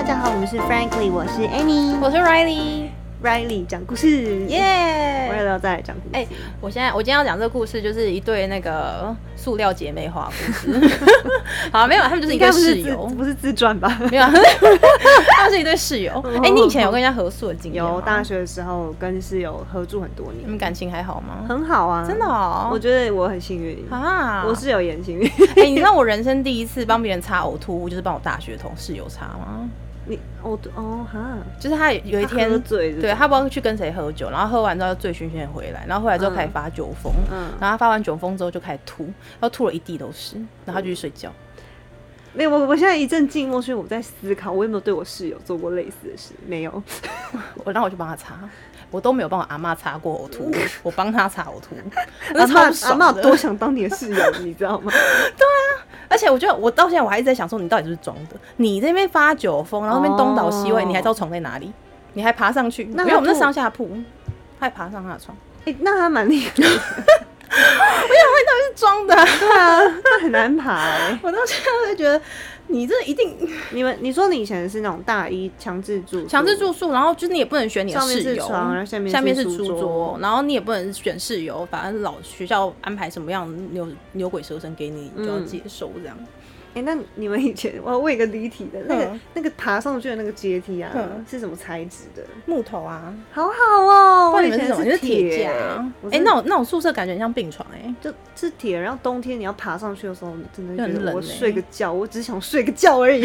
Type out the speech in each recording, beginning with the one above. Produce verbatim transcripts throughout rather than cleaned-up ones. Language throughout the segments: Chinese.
家好，我们是 Frankly， 我是 Annie， 我是 Riley。Riley 讲故事， 耶！ 我也要再来讲故事。 哎、欸，我现在我今天要讲这个故事，就是一对那个塑料姐妹花故事。好，没有，他们就是一对室友， 不是自传吧？ 没有，他们是一对室友。哎、欸，你以前有跟人家合宿的经验吗？ 有，大学的时候跟室友合住很多年。 你们感情还好吗？ 很好啊， 真的哦。 我觉得我很幸运啊，我室友也很幸运。 哎、欸，你知道我人生第一次帮别人擦呕吐物，就是帮我大学同室友擦吗？ 你哦哦哈， 就是他有一天他喝醉， 对他不知道去跟谁喝酒，然后喝完之后醉醺醺的回来，然后回来之后开始发酒疯，嗯，然后他发完酒疯之后就开始吐，然后吐了一地都是，然后他就去睡觉。 没有，我我现在一阵静默，所以我在思考，我有没有对我室友做过类似的事？没有， 我然后我就帮他擦，我都没有帮我阿嬷擦过呕吐物，我帮他擦呕吐物。 阿嬷阿嬷多想当你的室友，你知道吗？ 对啊。而且我觉得，我到现在我还一直在想说，你到底是不是装的？你这边发酒疯，然后那边东倒西歪， oh. 你还知道床在哪里？你还爬上去？因为我们是上下铺，他还爬上他的床。 哎、欸，那他蛮厉害的。 我想问你到底是装的、啊？ 对啊，那很难爬哎、欸。 我到现在就觉得，你这一定…… 你们你说你以前是那种大一强制住宿， 强制住宿，然后就是你也不能选你的室友， 上面是床，然后下面下面是书桌，然后你也不能选室友，反正老学校安排什么样牛牛鬼蛇神给你，你就要接受这样。 哎、欸，那你们以前我要问一个离题的，那个、嗯、那个爬上去的那个阶梯啊，嗯、是什么材质的？ 木头啊， 好好哦。 我以前是什么？就是铁架。哎、欸，那种那种宿舍感觉很像病床哎、欸， 就是铁。然后冬天你要爬上去的时候，真的觉得我睡个觉，我只想睡个觉而已。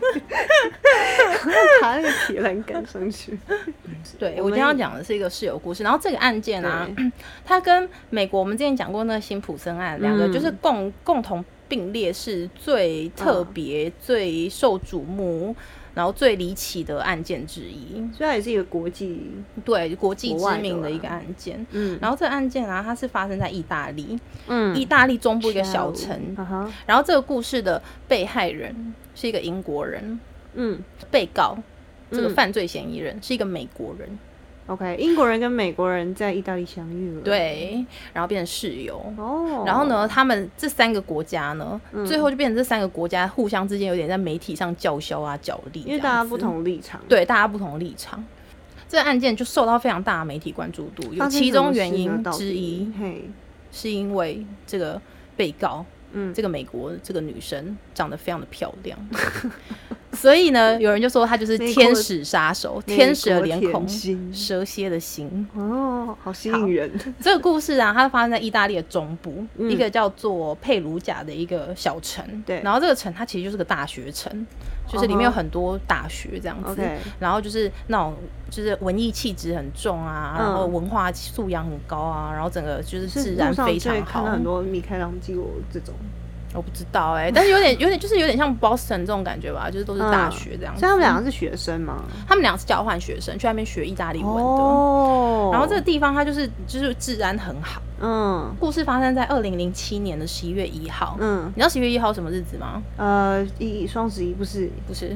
爬那个铁栏杆上去。 对，我今天要讲的是一个室友故事。然后这个案件啊，它跟美国我们之前讲过那个辛普森案，两、嗯、个就是共共同并列是最特别、嗯、最受瞩目，然后最离奇的案件之一。 所以它也是一个国际对国际知名的一个案件。嗯，然后这个案件啊，它是发生在意大利，嗯，意大利中部一个小城。Uh-huh. 然后这个故事的被害人是一个英国人，嗯，被告这个犯罪嫌疑人是一个美国人。 OK， 英国人跟美国人在意大利相遇了， 对，然后变成室友。哦、oh. ，然后呢，他们这三个国家呢、嗯，最后就变成这三个国家互相之间有点在媒体上叫嚣啊、角力， 因为大家不同立场。 对，大家不同立场，这个案件就受到非常大的媒体关注度。有其中原因之一，是因为这个被告，嗯，这个美国这个女生长得非常的漂亮。所以呢，有人就说他就是天使杀手，天使的脸孔，蛇蝎的心。 哦，好吸引人。 这个故事啊，它发生在意大利的中部、嗯，一个叫做佩鲁贾的一个小城。对，然后这个城它其实就是个大学城，就是里面有很多大学这样子。Uh-huh. 然后就是那种就是文艺气质很重啊、嗯，然后文化素养很高啊，然后整个就是自然非常好。 看到很多米开朗基罗这种。 我不知道哎、欸，但是有点有点就是有点像 Boston 这种感觉吧，就是都是大学这样子。 所以他们两个是学生吗？ 他们两个是交换学生，去那边学意大利文的。哦。然后这个地方它就是就是治安很好。嗯。故事发生在二零零七年的十一月一号。嗯。你知道十一月一号什么日子吗？ 呃，一双十一不是不是。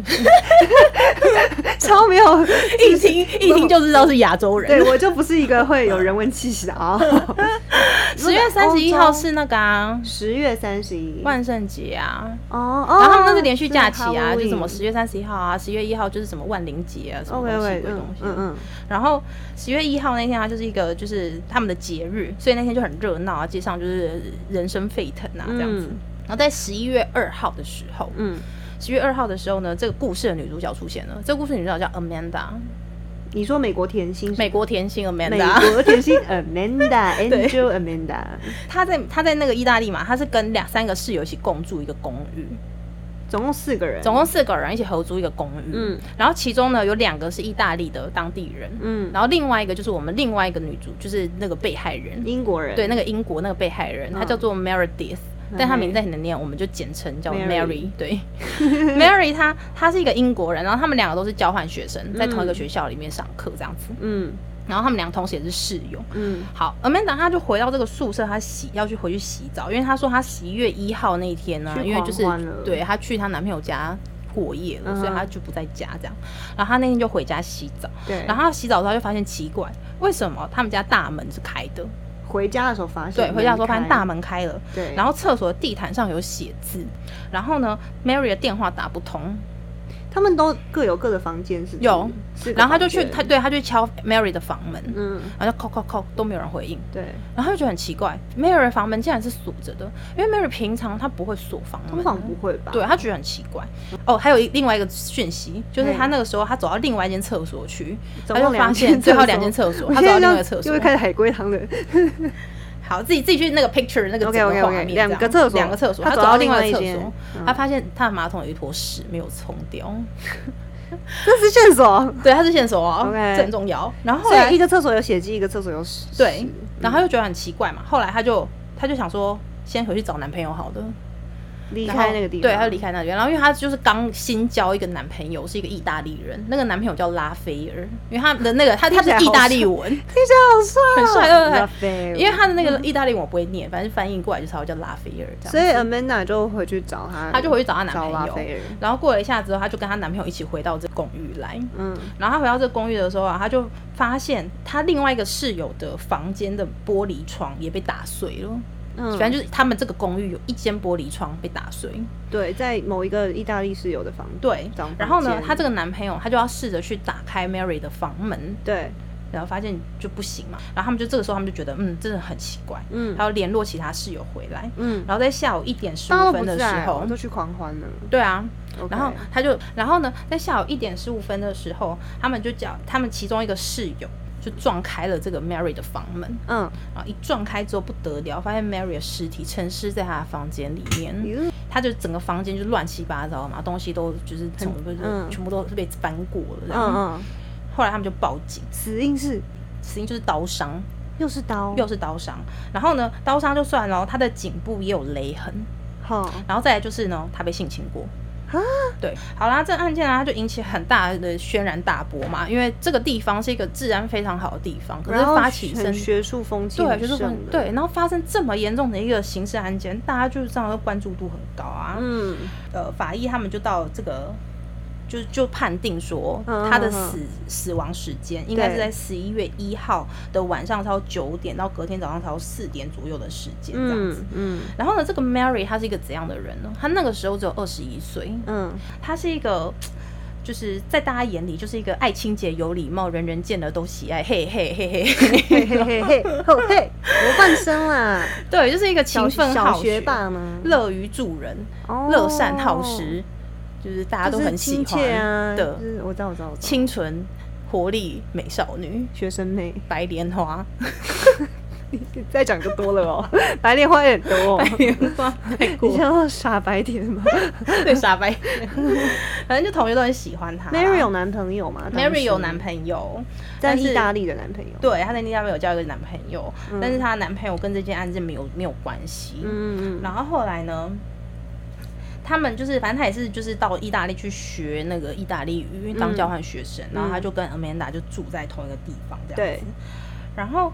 超没有， 一听一听就知道是亚洲人。 对，我就不是一个会有人文气息的啊。 十月三十一号是那个啊， 十月三十一万圣节啊。哦哦。然后他们那是连续假期啊，就什么十月三十一号啊，十月一号就是什么万灵节啊，什么东西鬼东西。嗯嗯。然后十月一号那天啊，就是一个就是他们的节日，所以那天就很热闹啊，街上就是人声沸腾啊这样子。嗯、然后在十一月二号的时候，嗯，十月二号的时候呢，这个故事的女主角出现了。这个故事的女主角叫 Amanda。 你说美国甜心？ 美国甜心 Amanda， 美国甜心 Amanda，Angel Amanda。 她在她在那个意大利嘛，她是跟两三个室友一起共住一个公寓， 总共四个人， 总共四个人一起合租一个公寓。嗯，然后其中呢有两个是意大利的当地人，嗯，然后另外一个就是我们另外一个女主，就是那个被害人， 英国人， 对，那个英国那个被害人，她叫做 Meredith。但他名字很难念，我们就简称叫 Mary, Mary 对Mary 她她是一个英国人，然后他们两个都是交换学生，在同一个学校里面上课这样子。嗯，然后他们俩同时也是室友。嗯，好 Amanda 她就回到这个宿舍，她洗要去回去洗澡，因为她说她十一月一号那一天呢、啊，因为就是对她去她男朋友家过夜了， uh-huh. 所以她就不在家这样。然后她那天就回家洗澡，对，然后她洗澡的时候就发现奇怪，为什么他们家大门是开的？ 回家的时候发现， 对，回家的时候发现大门开了，对，然后厕所的地毯上有写字，然后呢 ，Mary 的电话打不通， 他们都各有各的房间，是不是？ 有，然后他就去，他对他就敲 Mary 的房门， 嗯， 然后就叩叩叩都没有人回应， 对， 然后他就觉得很奇怪 ，Mary 的房门竟然是锁着的，因为 Mary 平常他不会锁房门， 通常不会吧？ 对他觉得很奇怪。哦，还有另外一个讯息，就是他那个时候他走到另外一间厕所去，他就发现最后两间厕所，他走到另外一个厕所， 又会开始海龟汤的。 好，自己自己去那个 picture 那个整个画面， 两个厕所， 两个厕所，他走到另外一个厕所，他发现他的马桶有一坨屎没有冲掉。 这是线索， 对，它是线索哦， okay. 这很重要。然后后来一个厕所有血迹，一个厕所有屎， 对，然后他就觉得很奇怪嘛。后来他就他就想说，先回去找男朋友好了， 离开那个地方。 对，他就离开那里。然后因为他就是刚新交一个男朋友，是一个意大利人，那个男朋友叫拉斐尔，因为他的那个他他是意大利文，听起来好帅， 很帅，对不对？ 因为他的那个意大利文我不会念，反正翻译过来就是他叫拉斐尔这样。 所以 Amanda 就回去找他， 他就回去找他男朋友，然后过了一下之后，他就跟他男朋友一起回到这公寓来。嗯，然后他回到这公寓的时候啊，他就发现他另外一个室友的房间的玻璃窗也被打碎了。嗯，反正就是他们这个公寓有一间玻璃窗被打碎。 对，在某一个意大利室友的房对，然后呢，他这个男朋友他就要试着去打开 Mary 的房门。 对。 然后发现就不行嘛，然后他们就这个时候他们就觉得嗯真的很奇怪，嗯，还要联络其他室友回来，嗯，然后在下午一点十五分的时候都去狂欢了， 对啊， okay. 然后他就然后呢在下午一点十五分的时候，他们就叫他们其中一个室友就撞开了这个 Mary 的房门，嗯，然后一撞开之后不得了，发现 Mary 的尸体沉尸在他的房间里面，嗯，他就整个房间就乱七八糟嘛，东西都就是全部都、嗯、全部都是被翻过了这样，嗯嗯。后来他们就报警， 死因是死因就是刀伤， 又是刀， 又是刀伤。然后呢，刀伤就算了，他的颈部也有勒痕。好，然后再来就是呢，他被性侵过。啊，对，好啦，这案件啊，它就引起很大的轩然大波嘛，因为这个地方是一个治安非常好的地方，可是发起生学术风气， 对，学术风对，然后发生这么严重的一个刑事案件，大家就是这样的关注度很高啊。嗯，呃，法医他们就到这个。就就判定说他的死、嗯、死亡时间应该是在十一月一号的晚上超九点到隔天早上超四点左右的时间这样子。嗯，嗯然后呢，这个 Mary 她是一个怎样的人呢？她那个时候只有二十一岁。嗯，她是一个就是在大家眼里就是一个爱清洁、有礼貌、人人见了都喜爱，嘿嘿嘿嘿嘿嘿嘿嘿嘿嘿，模范生啦。 对，就是一个勤奋好学、 学霸呢， 乐于助人、乐、哦、善好施。就是大家都很喜欢的， 就是、我知道我知道我知道， 清纯、活力、美少女、 学生妹、 白莲花。 你再讲就多了哦，白莲花也很多、哦。 白莲花太过， 你想要傻白甜吗？ 对，傻白甜。反正就同学都很喜欢她。 Mary 有男朋友吗 ？Mary 有男朋友， 在意大利的男朋友。 对，她在意大利有交一个男朋友，嗯、但是她的男朋友跟这件案件没有没有关系。嗯嗯。然后后来呢？他们就是，反正他也是，就是到意大利去学那个意大利语，当交换学生，嗯、然后他就跟 Amanda 就住在同一个地方这样子。然后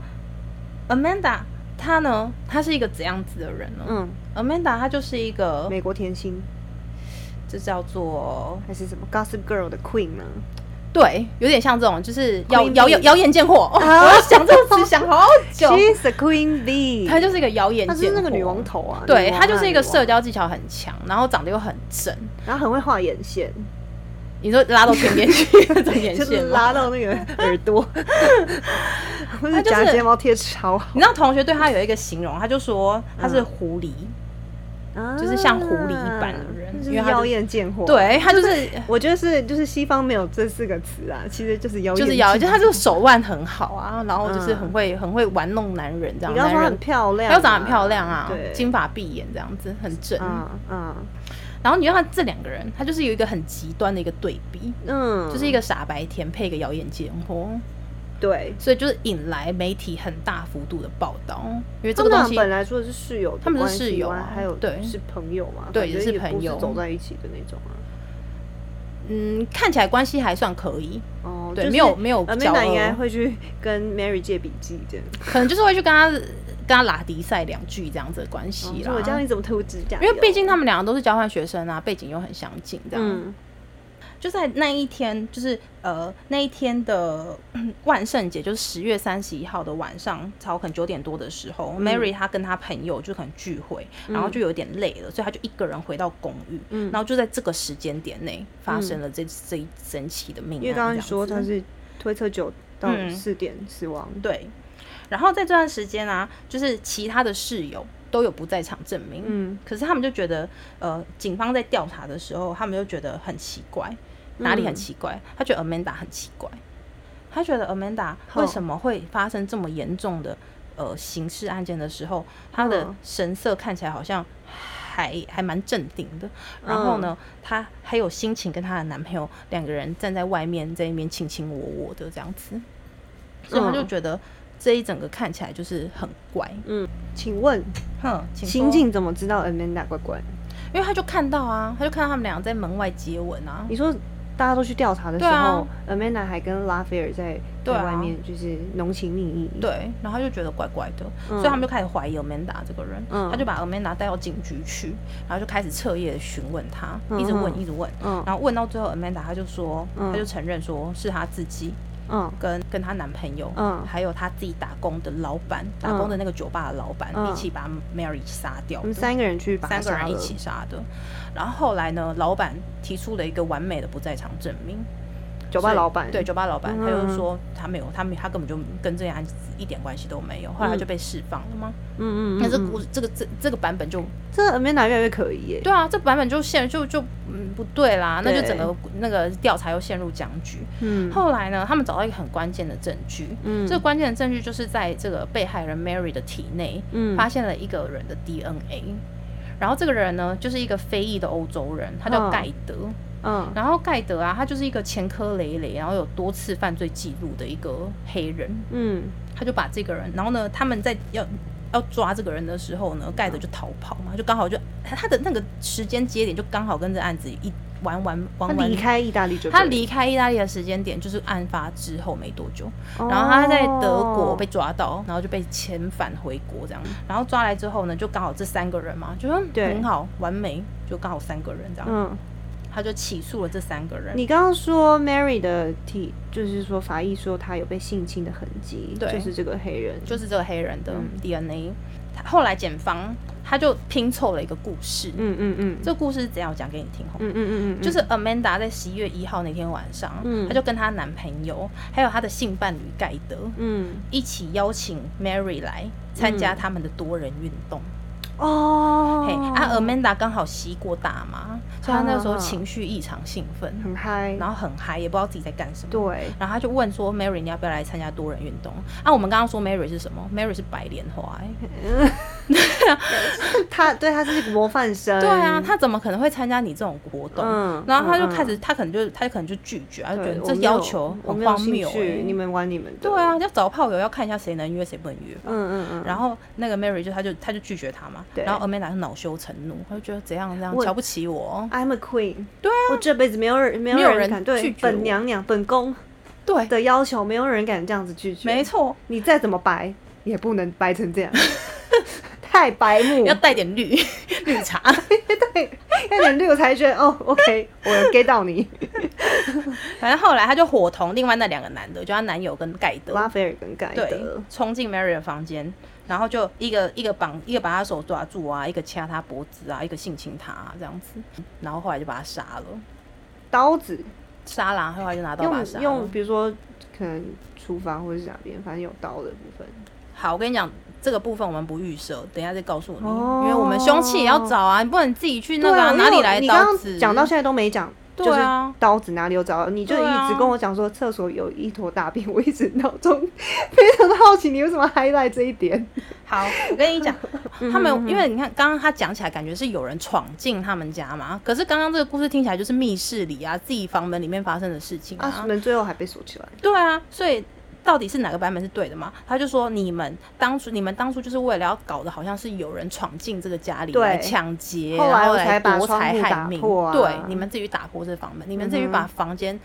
Amanda 她呢，她是一个怎样子的人呢？嗯 ，Amanda 她就是一个美国甜心， 这叫做还是什么 Gossip Girl 的 Queen 呢？ 对，有点像这种，就是谣谣谣言贱货。哦啊、我要想这个词想好久。 She's the Queen Bee， 她就是一个谣言贱货。 她是那个女王头啊。 对，她就是一个社交技巧很强，然后长得又很正， 然后很会画眼线。 你说拉到天边去那种眼线， 就是拉到那个耳朵，或者假睫毛贴超好。 你知道同学对她有一个形容，他就说她是狐狸。嗯就是像狐狸一般的人， 因为妖艳贱货。 对，他就是， 我觉得是，就是西方没有这四个词啊，其实就是妖艳， 就是妖，就他这个手腕很好啊，然后就是很会、嗯、很会玩弄男人这样。 你刚说很漂亮、啊， 他又长得很漂亮啊，金发碧眼这样子，很正。嗯嗯。然后你看他这两个人，他就是有一个很极端的一个对比，嗯，就是一个傻白甜配一个妖艳贱货。对，所以就是引来媒体很大幅度的报道，因为这个东西本来说的是室友， 他们是室友啊， 还有对是朋友嘛， 对，也是朋友， 走在一起的那种啊。 嗯，看起来关系还算可以哦，对，没有没有交恶。 Amanda应该会去跟 Mary 借笔记，这样可能就是会去跟他跟他拉迪赛两句这样子的关系啦。 我教你怎么涂指甲， 因为毕竟他们两个都是交换学生啊，背景又很相近，这样。嗯就在那一天，就是呃那一天的万圣节，就是十月三十一号的晚上，超可能九点多的时候、嗯、，Mary 她跟她朋友就可能聚会，然后就有点累了，嗯、所以她就一个人回到公寓，嗯、然后就在这个时间点内发生了这、嗯、这一神奇的命案。 因为刚刚说她是推测九到四点死亡、 嗯，对。然后在这段时间啊，就是其他的室友都有不在场证明，嗯，可是他们就觉得，呃，警方在调查的时候，他们就觉得很奇怪。哪里很奇怪？他觉得 Amanda 很奇怪，他觉得 Amanda 为什么会发生这么严重的呃刑事案件的时候，她的神色看起来好像还还蛮镇定的。然后呢，她还有心情跟她的男朋友两个人站在外面，在那边卿卿我我的这样子，所以他就觉得这一整个看起来就是很怪。嗯， 请问，哼，刑警怎么知道 Amanda 怪怪？ 因为他就看到啊，他就看到他们俩在门外接吻啊。 你说大家都去调查的时候、啊、Amanda 还跟拉斐尔在在外面就是浓情蜜意， 对，然后他就觉得怪怪的、嗯、所以他们就开始怀疑 Amanda 这个人、嗯、他就把 Amanda 带到警局去，然后就开始彻夜的询问他、嗯、一直问一直问、嗯、然后问到最后 Amanda 他就说、嗯、他就承认说是他自己嗯，跟跟她男朋友，嗯，还有她自己打工的老板，打工的那个酒吧的老板、嗯、一起把 Mary 杀掉的。 我们三个人去把他杀了， 三个人一起杀的。然后后来呢，老板提出了一个完美的不在场证明。 酒吧老板对酒吧老板、嗯，他就说他没有，他没，他根本就跟这件案子一点关系都没有。后来他就被释放了吗？嗯嗯。但是故事这个这这个版本就这 Amanda 越来越可疑耶。 对啊，这版本就陷就就嗯不对啦，那就整个那个调查又陷入僵局。嗯。后来呢，他们找到一个很关键的证据，嗯，这个关键的证据就是在这个被害人 Mary 的体内，嗯，发现了一个人的 D N A， 然后这个人呢，就是一个非裔的欧洲人，他叫盖德。嗯嗯，然后盖德啊，他就是一个前科累累，然后有多次犯罪记录的一个黑人。嗯，他就把这个人，然后呢，他们在要要抓这个人的时候呢，盖德就逃跑嘛，就刚好就他的那个时间节点就刚好跟这案子一玩完玩完。 他离开意大利就他离开意大利的时间点就是案发之后没多久，哦、然后他在德国被抓到，然后就被遣返回国这样。然后抓来之后呢，就刚好这三个人嘛，就说很好完美，就刚好三个人这样。嗯。他就起诉了这三个人。 你刚刚说 Mary 的体，就是说法医说他有被性侵的痕迹，对，就是这个黑人， 就是这个黑人的 D N A、嗯。后来检方他就拼凑了一个故事，嗯嗯嗯，这个故事是怎样讲给你听？嗯嗯嗯嗯，就是 Amanda 在十一月一号那天晚上，嗯，她就跟她男朋友还有她的性伴侣盖德，嗯，一起邀请 Mary 来参加他们的多人运动。哦，嘿，啊 ，Amanda 刚好吸过大麻，所以她那时候情绪异常兴奋， 很嗨， 然后很嗨，也不知道自己在干什么。 对， 然后他就问说 ：“Mary， 你要不要来参加多人运动？”啊，我们刚刚说 Mary 是什么 ？Mary 是白莲花、欸， 他对他是一个模范生。 对啊，他怎么可能会参加你这种活动？嗯，然后他就开始，嗯、他可能就他可能就拒绝，他就觉得这要求很荒谬、欸， 你们玩你们的。 对啊，要找炮友要看一下谁能约谁不能约。嗯嗯嗯。然后那个 Mary 就他就他就拒绝他嘛，然后 Amanda 就恼羞成怒，他就觉得怎样这样瞧不起我 ，I'm a queen。 对啊， 我这辈子没有人没有人敢对本娘娘本宫对的要求，没有人敢这样子拒绝。 没错， 你再怎么白也不能白成这样。太白目， 要带点绿绿茶， 对，带点绿我才觉得哦 ，OK， 我有 get 到你。 反正后来他就伙同另外那两个男的，就他男友跟盖德， 拉斐尔跟盖德， 冲进 Mary 的房间，然后就一个一个绑，一个把他手抓住啊，一个掐他脖子啊，一个性侵他、啊、这样子，然后后来就把他杀了， 刀子杀了，后来就拿刀把他杀了。 用用，比如说可能厨房或者是哪边，反正有刀的部分。 好，我跟你讲。这个部分我们不预设，等一下再告诉你、哦，因为我们凶器也要找啊，你不能自己去那个、啊啊、哪里来的刀子？ 你刚刚讲到现在都没讲，对啊，就是刀子哪里有找到？你就一直跟我讲说厕所有一坨大便，我一直脑中非常的好奇，你为什么 highlight 这一点？ 好，我跟你讲，他们因为你看刚刚他讲起来感觉是有人闯进他们家嘛，可是刚刚这个故事听起来就是密室里啊，自己房门里面发生的事情啊， 啊门最后还被锁起来。 对啊，所以。到底是哪个版本是对的嘛？他就说你们当初你们当初就是为了要搞的好像是有人闯进这个家里来抢劫， 后来来夺财害命。对，你们自己打破这房门，嗯、你们自己把房间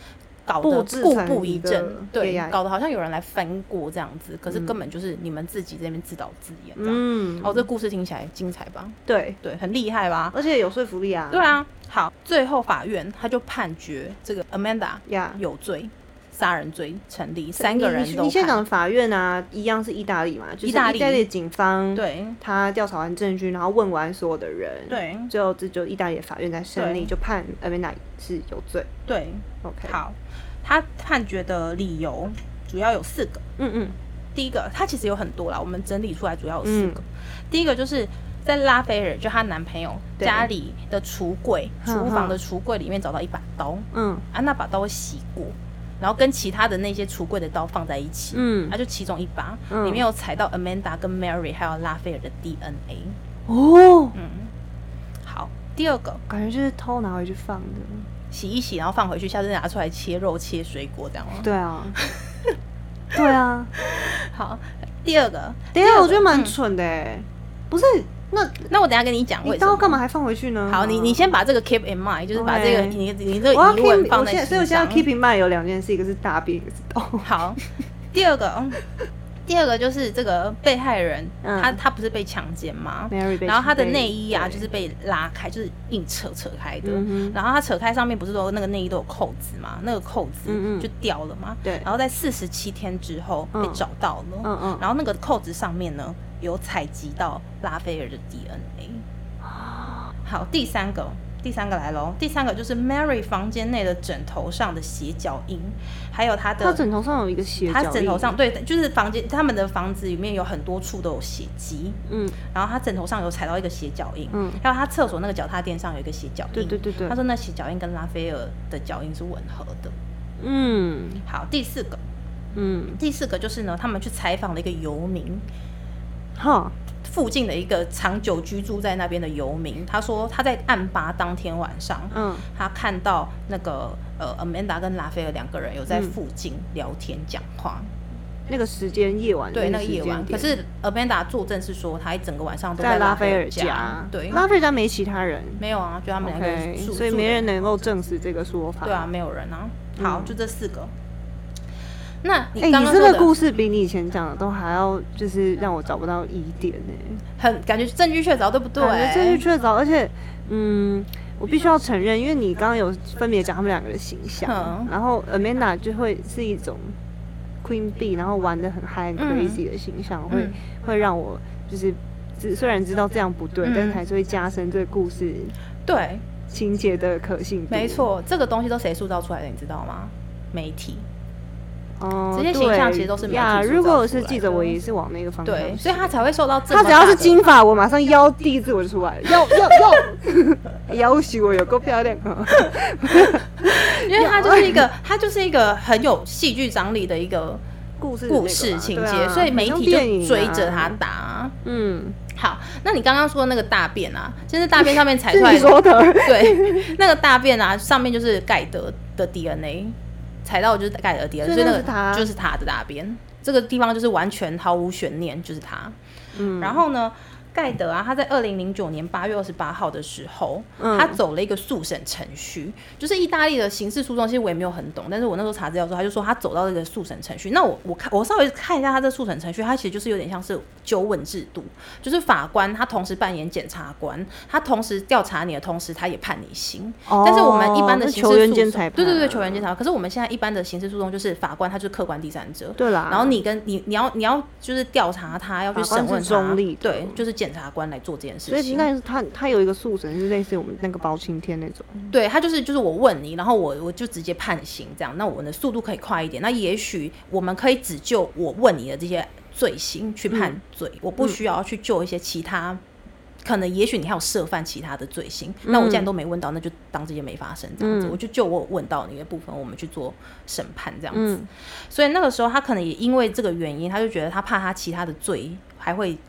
搞得故布疑阵，对，搞得好像有人来翻过这样子，可是根本就是你们自己这边自导自演这样。嗯，哦，这故事听起来精彩吧？ 对对，很厉害吧？ 而且有说服力啊。 对啊，好，最后法院他就判决这个 Amanda 有罪。杀人罪成立，三个人都。 你现在讲的法院啊，一样是意大利嘛？就是意大利的警方，对，他调查完证据，然后问完所有的人，对，最后这就意大利的法院在审理，就判 Amanda 是有罪。 对 ，OK， 好，他判决的理由主要有四个。嗯嗯，第一个，他其实有很多啦，我们整理出来主要有四个。嗯、第一个就是在拉斐尔，就她男朋友家里的橱柜、厨房的橱柜里面找到一把刀。嗯，啊，那把刀洗过。然后跟其他的那些橱柜的刀放在一起，嗯，那就其中一把，嗯、里面有采到 Amanda 跟 Mary 还有拉斐尔的 D N A。哦，嗯，好，第二个感觉就是偷拿回去放的， 洗一洗然后放回去，下次拿出来切肉切水果这样吗？ 对啊，对啊。 好，第二个， 等一下我觉得蛮蠢的哎，嗯、不是。那那我等一下跟你讲为什么， 你刀干嘛还放回去呢？ 好，你你先把这个 keep in mind， 就是把这个、okay. 你你这个疑问放在心上。 所以我现在 keep in mind 有两件事，一个是大便，一个是刀。 好，第二个，第二个就是这个被害人，嗯、他他不是被强奸吗？然后他的内衣啊，就是被拉开，就是硬扯扯开的。嗯、然后他扯开上面不是说那个内衣都有扣子吗？那个扣子就掉了嘛。对。然后在四十七天之后被找到了。嗯嗯。然后那个扣子上面呢？有采集到拉斐尔的 D N A。好，第三个，第三个来咯。第三个就是 Mary 房间内的枕头上的血脚印，还有她的， 她枕头上有一个血脚印， 她枕头上对，就是房间他们的房子里面有很多处都有血迹，嗯，然后她枕头上有踩到一个血脚印，嗯，还有她厕所那个脚踏垫上有一个血脚印，对对对对，她说那血脚印跟拉斐尔的脚印是吻合的，嗯，好，第四个，嗯，第四个就是呢，他们去采访了一个游民。哈，附近的一个长久居住在那边的游民，他说他在案发当天晚上，嗯，他看到那个呃 Amanda 跟拉斐尔两个人有在附近聊天讲话， 嗯、那个时间夜晚， 对，那个夜晚。可是 Amanda 作证是说，他一整个晚上都在拉斐尔家，对， 拉斐尔家没其他人， 没有啊，就他们两个人住， okay, 所以没人能够证实这个说法。 对啊，没有人啊。好，嗯、就这四个。那你刚刚刚说的、欸、你这个故事比你以前讲的都还要，就是让我找不到疑点呢、 欸，很感觉证据确凿，对不对？ 感觉证据确凿，而且，嗯，我必须要承认，因为你刚刚有分别讲他们两个的形象，嗯、然后 Amanda 就会是一种 Queen Bee， 然后玩得很嗨、很 crazy 的形象，嗯、会会让我就是虽然知道这样不对，嗯、但是还是会加深这个故事对情节的可信度。 没错，这个东西都谁塑造出来的，你知道吗？媒体。哦，这些形象其实都是媒体塑造出来的。 如果我是记者，我也是往那个方向。 对，所以他才会受到这么大的。 他只要是金发，我马上腰第一字我就出来了，腰腰腰，腰许我有够漂亮啊！ 因为他就是一个，他就是一个很有戏剧张力的一个故事故事情节，啊、所以媒体就追着他打。啊、嗯，好，那你刚刚说的那个大便啊，就是大便上面采出来的， 说的对，那个大便啊，上面就是盖德的 D N A。踩到的就是盖德的 D N A， 所以那个就是他的大便，这个地方就是完全毫无悬念，就是他。嗯，然后呢，盖德啊，他在二零零九年八月二十八号的时候，嗯、他走了一个速审程序，就是意大利的刑事诉讼，其实我也没有很懂，但是我那时候查资料的时候，他就说他走到这个速审程序。那我我看我稍微看一下他这速审程序，他其实就是有点像是纠问制度，就是法官他同时扮演检察官，他同时调查你的同时，他也判你刑。哦、但是我们一般的刑事诉讼，对对对，球员监察。可是我们现在一般的刑事诉讼就是法官他就是客观第三者， 对啦。 然后你跟你你要你要就是调查他，要去审问他，中立对，就是检察官来做这件事情。 所以应该是他他有一个速审，是类似我们那个包青天那种。 对，他就是就是我问你，然后我我就直接判刑这样，那我们的速度可以快一点。那也许我们可以只就我问你的这些罪行去判罪，嗯、我不需要去就一些其他。嗯可能也许你还有涉犯其他的罪行，嗯、那我既然都没问到，那就当这些没发生这样子。嗯、我就就我问到你的部分，我们去做审判这样子。嗯、所以那个时候他可能也因为这个原因，他就觉得他怕他其他的罪还会。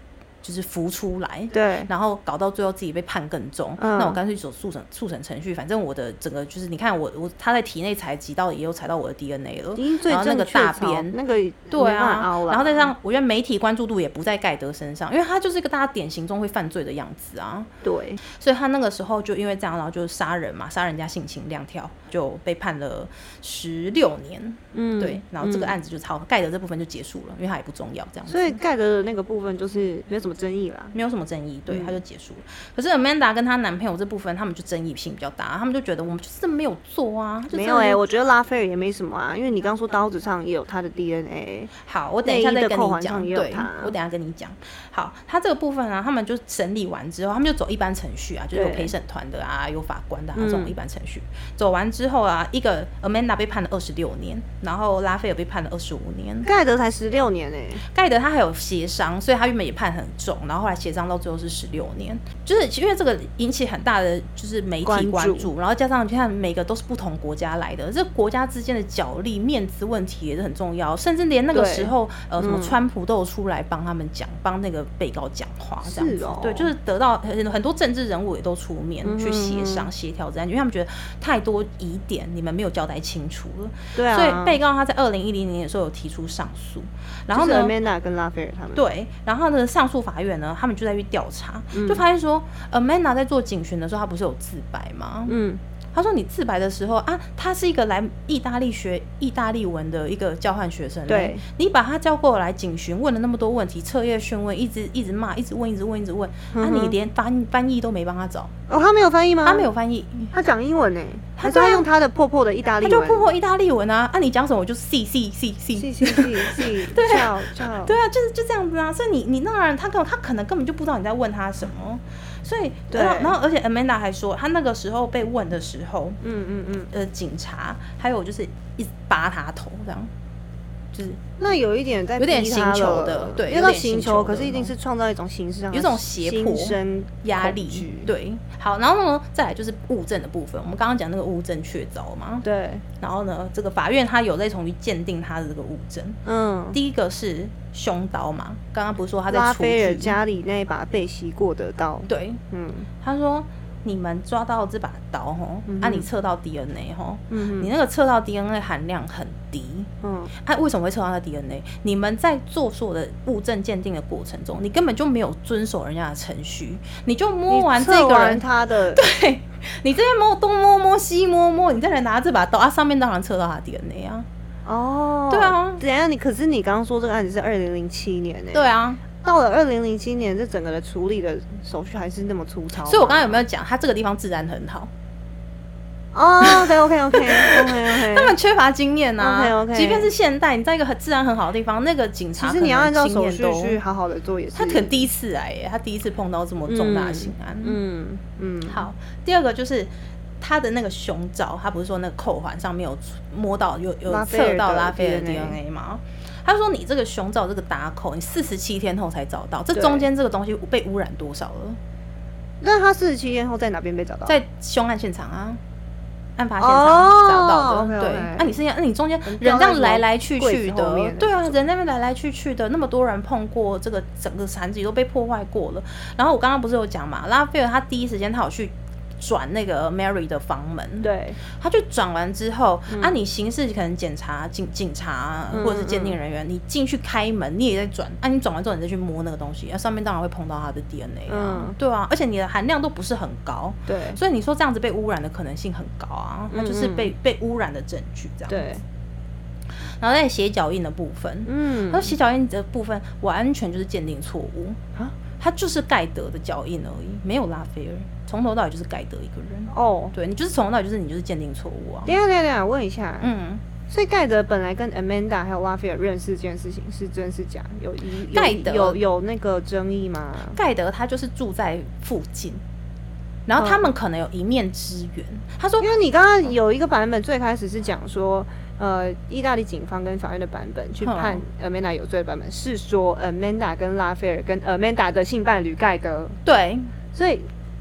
就是浮出来， 对， 然后搞到最后自己被判更重，嗯、那我干脆走速审速审程序，反正我的整个就是你看我我他在体内采集到也有采到我的 D N A 了，然后那个大便那个对啊，然后再让我觉得媒体关注度也不在盖德身上，因为他就是一个大家典型中会犯罪的样子啊， 对， 所以他那个时候就因为这样，然后就杀人嘛，杀人家性侵两条，就被判了十六年，嗯，对，然后这个案子就超盖德这部分就结束了，因为他也不重要这样子， 所以盖德的那个部分就是没有什么争议啦， 没有什么争议，对，嗯、他就结束了。可是 Amanda 跟她男朋友这部分，他们就争议性比较大，他们就觉得我们就是没有做啊， 没有哎、欸，我觉得拉斐尔也没什么啊，因为你刚说刀子上也有他的 D N A。 好，我等一下再跟你讲，对，我等一下跟你讲。好，他这个部分啊，他们就审理完之后，他们就走一般程序啊，就是有陪审团的啊，有法官的啊，这种一般程序。嗯、走完之后啊，一个 Amanda 被判了二十六年，然后拉斐尔被判了二十五年， 盖德才十六年哎、欸。 盖德他还有协商，所以他原本也判很重，然后后来协商到最后是十六年，就是因为这个引起很大的就是媒体关注，然后加上你看每个都是不同国家来的，这国家之间的角力、面子问题也是很重要，甚至连那个时候呃什么川普都有出来帮他们讲，帮、嗯、那个被告讲话这样子， 哦、 对，就是得到很很多政治人物也都出面去协商协调这样，因为他们觉得太多疑点你们没有交代清楚了， 对啊， 所以被告他在二零一零年的时候有提出上诉，然后呢 ，Amanda 跟拉斐尔他们对，然后呢上诉法院呢他们就在去调查，嗯、就发现说 Amanda 在做警询的时候，他不是有自白吗？嗯。他说：“你自白的时候啊，他是一个来意大利学意大利文的一个交换学生， 对， 你把他叫过来警询，问了那么多问题，彻夜讯问，一直一直骂，一直问，一直问，一直问，嗯、啊，你连翻翻译都没帮他找哦，他没有翻译吗？ 他没有翻译， 他讲英文呢，还是他用他的破破的意大利文？ 他就破破意大利文啊，啊，你讲什么我就 C C C C C C C C， 对啊， 对啊，就是就这样子啊，所以你你那个人他根本他可能根本就不知道你在问他什么。”所以，对，然后而且 Amanda 还说，他那个时候被问的时候，嗯嗯嗯，呃，警察还有就是一直扒他头，这样，就是那有一点在有点刑求的，对， 有点刑求，可是一定是创造一种形式上有一种胁迫、压力，对。好，然后呢，再来就是物证的部分，我们刚刚讲那个物证确凿嘛， 对。 然后呢，这个法院他有在重新鉴定他的这个物证，嗯，第一个是凶刀嘛，刚刚不是说他在拉斐尔家里那把被洗过的刀， 对，嗯，他说。你们抓到这把刀吼，嗯、啊，你测到 D N A 吼，嗯、你那个测到 D N A 含量很低，嗯，啊，为什么会测到那 D N A？ 你们在做所有的物证鉴定的过程中，你根本就没有遵守人家的程序，你就摸完这个人他的， 对，你这边摸东摸摸西摸摸，你再来拿这把刀啊，上面当然测到他 D N A 啊， 哦， 对啊， 等一下你可是你刚刚说这个案子是二零零七年呢、欸， 对啊。 到了二零零七年，这整个的处理的手续还是那么粗糙， 所以我刚刚有没有讲，他这个地方治安很好？ 哦，对 ，OK OK OK OK， 他们缺乏经验啊 ，OK OK， 即便是现代，你在一个很治安很好的地方，那个警察其实你要按照手续去好好的做也是。 他可能第一次来耶，他第一次碰到这么重大的刑案。嗯 嗯, 嗯，好，第二个就是他的那个胸罩，他不是说那个扣环上面有摸到有有测到拉斐尔的 D N A 吗？他说：“你这个胸罩这个打扣，你四十七天后才找到，这中间这个东西被污染多少了？ 那他四十七天后在哪边被找到？ 在凶案现场啊，案发现场找到的。 Oh, 对，那、啊、你是那你中间人这样来来去去的，对啊，人那边来来去去的，那么多人碰过这个整个残疾都被破坏过了。然后我刚刚不是有讲嘛，拉斐尔他第一时间他有去。”转那个 Mary 的房门， 对， 他就转完之后，嗯、啊，你刑事可能检查警警察或者是鉴定人员，嗯嗯、你进去开门，你也在转，啊，你转完之后你再去摸那个东西，啊，上面当然会碰到他的 D N A 啊，嗯、对啊，而且你的含量都不是很高， 对， 所以你说这样子被污染的可能性很高啊，它就是被、嗯、被污染的证据这样子。 对。 然后在血脚印的部分，嗯，他说血脚印的部分完全就是鉴定错误啊，他就是盖德的脚印而已，没有拉斐尔，从头到尾就是盖德一个人哦，对你就是从头到尾就是你就是鉴定错误啊。 等一下等一下等一下，问一下，嗯，所以盖德本来跟 Amanda 还有拉斐尔认识这件事情是真是假？有有盖德有有那个争议吗？ 盖德他就是住在附近。然后他们可能有一面之缘。他说， 因为你刚刚有一个版本，最开始是讲说，呃，意大利警方跟法院的版本去判 Amanda 有罪的版本是说 Amanda 跟拉斐尔跟 Amanda 的性伴侣盖德。 对， 所以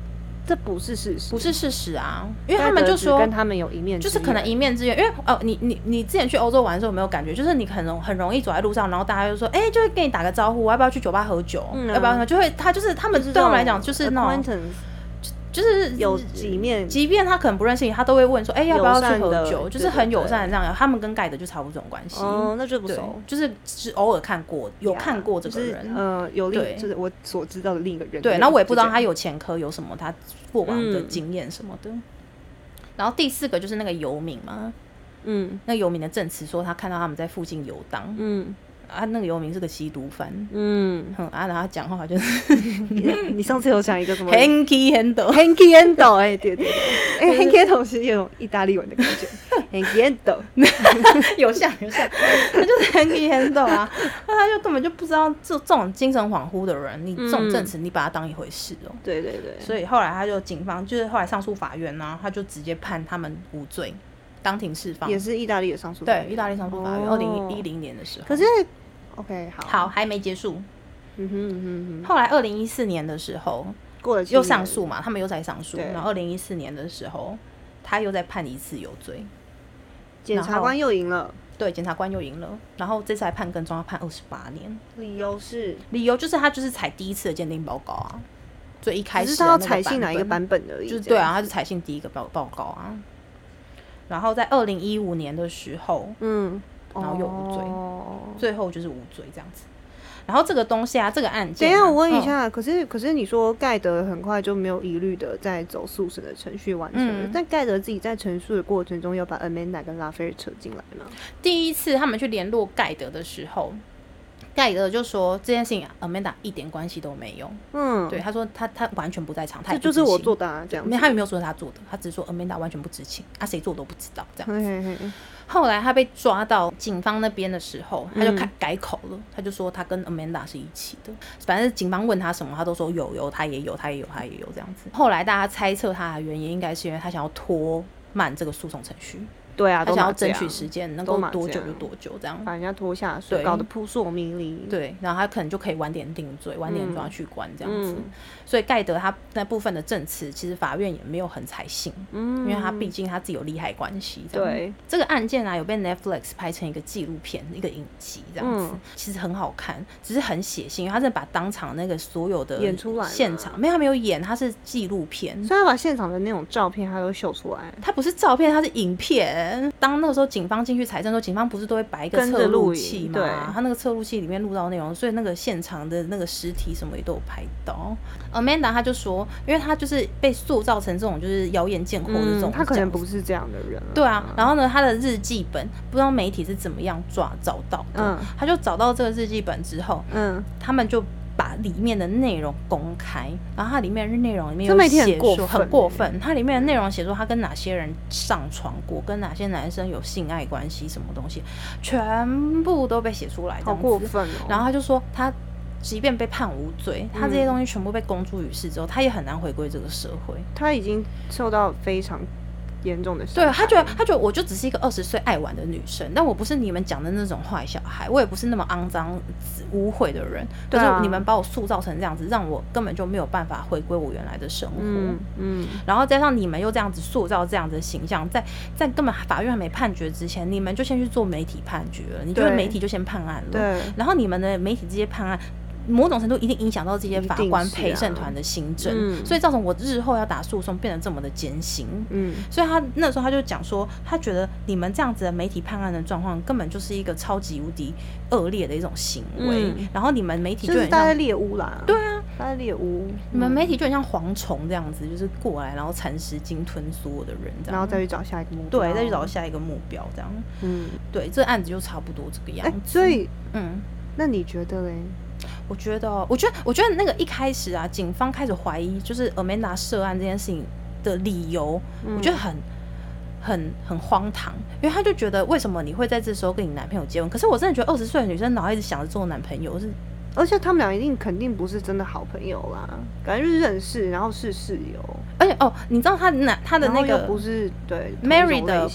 这不是事实， 不是事实啊，因为他们就说跟他们有一面之缘， 就是可能一面之缘，因为哦，你你你之前去欧洲玩的时候有没有感觉，就是你很容很容易走在路上，然后大家就说，哎、欸，就会跟你打个招呼，要不要去酒吧喝酒，嗯啊、要不要？就会他就是他们对他们来讲就是那种。就是有几面， 即便他可能不认识你，他都会问说：“哎、欸，要不要去喝酒？”就是很友善的这样。他们跟盖德就差不多这种关系。 哦，那就不熟， 就是是偶尔看过，有看过这个人， 就是、呃，有另就是我所知道的另一个人。 对，然后我也不知道他有前科，有什么他过往的经验什么的。嗯、然后第四个就是那个游民嘛，嗯，那游民的证词说他看到他们在附近游荡，嗯。啊，那个游民是个吸毒犯，嗯，嗯啊，然后他讲话就是你上次有讲一个什么 Hanky Handle，Hanky Handle， 哎、欸，对对对，哎、欸、，Hanky Handle 其实有种意大利文的感觉，Hanky Handle， 有像有像，他就是 Hanky Handle 啊，那他就根本就不知道这这种精神恍惚的人，你这种证词你把他当一回事哦、喔， 对对对， 所以后来他就警方就是后来上诉法院呢、啊，他就直接判他们无罪。当庭释放， 也是意大利的上诉法院， 对，意大利上诉法院，二零一零年的时候。 可是 ，OK， 好， 好，还没结束。 嗯哼嗯哼。 后来二零一四年的时候， 过了又上诉嘛，他们又在上诉。然后二零一四年的时候，他又再判一次有罪， 检察官又赢了。 对，检察官又赢了。然后这次还判更重，要判二十八年。 理由是？ 理由就是他就是采第一次的鉴定报告啊，所以一开始是他要采信哪一个版本而已。 就是对啊，他是采信第一个报报告啊。然后在二零一五年的时候，嗯，然后又无罪，哦、最后就是无罪这样子。然后这个东西啊，这个案件、啊， 等一下我问一下，嗯、可是可是你说盖德很快就没有疑虑的在走诉审的程序完成了，嗯、但盖德自己在陈述的过程中，有把 Amanda 跟拉斐尔扯进来吗？ 第一次他们去联络盖德的时候。盖德就说这件事情 Amanda 一点关系都没有，嗯，对，他说他他完全不在场，他这就是我做的啊，这样子， 他也没有说是他做的，他只是说 Amanda 完全不知情，啊，谁做都不知道这样子。 嘿嘿嘿， 后来他被抓到警方那边的时候，他就改改口了，他就说他跟 Amanda 是一起的，反正警方问他什么，他都说有有，他也有，他也有，他也有这样子。后来大家猜测他的原因，应该是因为他想要拖慢这个诉讼程序。 对啊， 他想要争取时间，能够多久就多久，这样把人家拖下水，搞得扑朔迷离。 对，然后他可能就可以晚点定罪，晚点抓去关这样子。嗯、所以盖德他那部分的证词，其实法院也没有很采信，嗯，因为他毕竟他自己有利害关系。对，这个案件啊，有被 Netflix 拍成一个纪录片，一个影集这样子，嗯、其实很好看，只是很血腥，因为他真的把当场那个所有的演出来现场，没有他没有演，他是纪录片， 所以他把现场的那种照片他都秀出来， 他不是照片，他是影片。当那个时候警方进去采证的时候，警方不是都会摆一个测录器嘛？他那个测录器里面录到内容，所以那个现场的那个尸体什么也都有拍到。Amanda 他就说，因为他就是被塑造成这种就是妖艳贱货的这种、嗯， 他可能不是这样的人。 对啊，然后呢，他的日记本不知道媒体是怎么样抓找到的，嗯、他就找到这个日记本之后，嗯，他们就把里面的内容公开，然后它里面的内容里面有写说很过分，它里面的内容写说他跟哪些人上床过，跟哪些男生有性爱关系，什么东西全部都被写出来， 好过分哦。 然后他就说他即便被判无罪，他这些东西全部被公诸于世之后，他也很难回归这个社会， 他已经受到非常严重的伤害。 对，他觉得他觉得我就只是一个二十岁爱玩的女生，但我不是你们讲的那种坏小孩，我也不是那么肮脏污秽的人。可是你们把我塑造成这样子，让我根本就没有办法回归我原来的生活。嗯，嗯然后加上你们又这样子塑造这样子的形象，在在根本法院还没判决之前，你们就先去做媒体判决了，你觉得媒体就先判案了。对，然后你们的媒体这些判案。某种程度一定影响到这些法官陪审团的行政、啊嗯，所以造成我日后要打诉讼变得这么的艰辛。嗯，所以他那时候他就讲说，他觉得你们这样子的媒体判案的状况，根本就是一个超级无敌恶劣的一种行为。嗯、然后你们媒体就很像大概猎巫啦， 对啊， 大概猎巫。 你们媒体就很像蝗虫这样子，就是过来然后蚕食鲸吞所有的人这样， 然后再去找下一个目标， 对，再去找下一个目标这样。嗯，对，这案子就差不多这个样子。欸、 所以，嗯，那你觉得嘞？ 我觉得，我觉得，我觉得那个一开始啊，警方开始怀疑就是 Amanda 涉案这件事情的理由，嗯、我觉得很、很、很荒唐，因为他就觉得为什么你会在这时候跟你男朋友结婚？可是我真的觉得二十岁的女生脑一直想着做男朋友是， 而且他们俩一定肯定不是真的好朋友啦，感觉就是认识，然后是室友， 而且哦，你知道他那他的那个不是对 Mary 的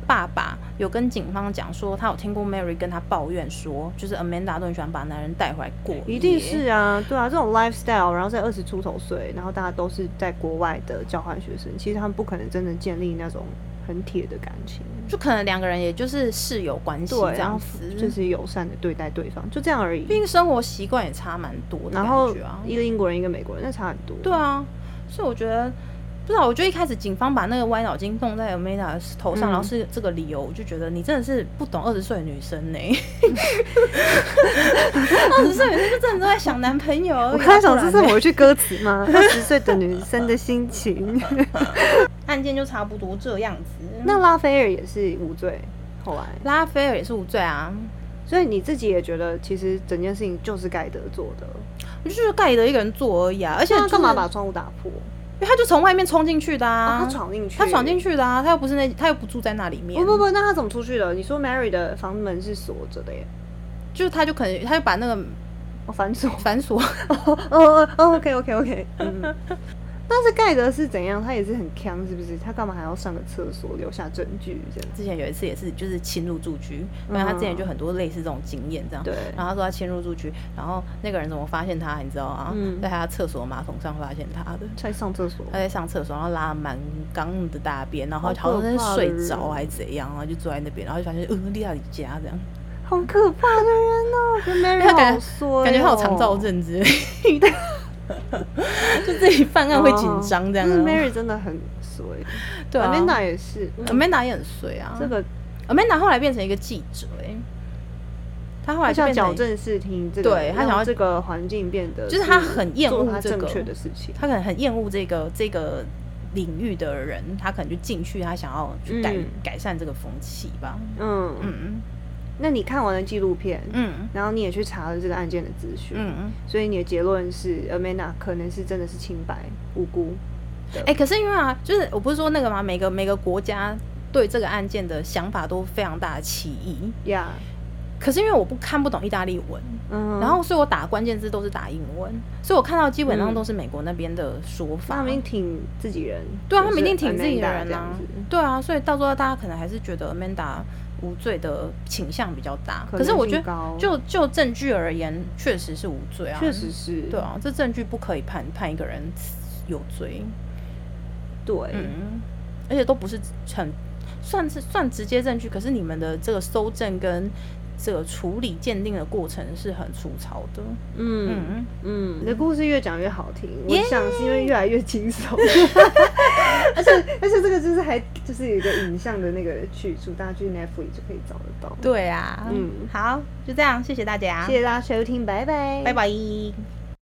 爸爸有跟警方讲说，他有听过 Mary 跟他抱怨说，就是 Amanda 都很喜欢把男人带回来过夜。 一定是啊，对啊，这种 lifestyle， 然后在二十出头岁，然后大家都是在国外的交换学生，其实他们不可能真的建立那种很铁的感情， 就可能两个人也就是室友关系这样子， 就是友善的对待对方，就这样而已。 毕竟生活习惯也差蛮多的感觉啊， 然后一个英国人一个美国人，那差很多。 对啊，所以我觉得。不知道，我觉得一开始警方把那个歪脑筋弄在 Amanda 头上，嗯、然后是这个理由，我就觉得你真的是不懂二十岁的女生呢、欸。二十岁女生就真的都在想男朋友而已。 我开场这是某一句歌词吗？二十岁的女生的心情。 案件就差不多这样子。 那拉斐尔也是无罪，后来拉斐尔也是无罪啊。 所以你自己也觉得，其实整件事情就是盖德做的。 我就觉得盖德一个人做而已啊，而且、就是、 他干嘛把窗户打破？ 因为他就从外面冲进去的啊， 哦、他闯进去， 他闯进去的啊，他又不是那，他又不住在那里面。 不不不，那他怎么出去的？你说 Mary 的房门是锁着的耶， 就是他就可能他就把那个哦反锁反锁哦哦哦 OK OK OK， 嗯。但是盖德是怎样？他也是很强，是不是？他干嘛还要上个厕所留下证据？这样。 之前有一次也是，就是侵入住居，因为他之前就很多类似这种经验，这样。对。然后他说他侵入住居，然后那个人怎么发现他？你知道啊？嗯、在他厕所马桶上发现他的。 在上厕所。 他在上厕所，然后拉满缸的大便，然后好像在睡着还是怎样，然后就坐在那边，然后就发现呃，利亚里家这样。 好可怕的人哦！跟 Mary 好衰哦， 感觉他有肠躁症之类的。就自己犯案会紧张这样、啊。 但是 Mary 真的很衰， 对、啊、 ，Amanda 也是、嗯、 ，Amanda 也很衰啊。 这个 Amanda 后来变成一个记者、欸，哎，他后来就想矫正视听这个， 对他想要这个环境变得， 就是他很厌恶这个正确的事情， 他可能很厌恶这个这个领域的人，他可能就进去，他想要去改、嗯、改善这个风气吧。嗯嗯。那你看完了纪录片，嗯，然后你也去查了这个案件的资讯，嗯，所以你的结论是 Amanda 可能是真的是清白无辜的。 哎、欸，可是因为啊，就是我不是说那个吗？每个每个国家对这个案件的想法都非常大的歧义呀。Yeah. 可是因为我不看不懂意大利文，嗯，然后所以我打关键字都是打英文，所以我看到基本上都是美国那边的说法。 嗯、他们一定挺自己人， 对啊，他们一定挺自己的人啊，对啊，所以到时候大家可能还是觉得 Amanda无罪的倾向比较大，可是我觉得就就证据而言，确实是无罪啊， 确实是， 对啊，这证据不可以判判一个人有罪， 对， 嗯，而且都不是很算是算直接证据，可是你们的这个搜证跟这个处理鉴定的过程是很粗糙的， 嗯嗯嗯，你的故事越讲越好听，我想是因为越来越惊悚，而且而且这个就是还就是有一个影像的那个去处，大家去 Netflix 就可以找得到。 对啊，嗯，好，就这样，谢谢大家， 谢谢大家收听，拜拜， 拜拜。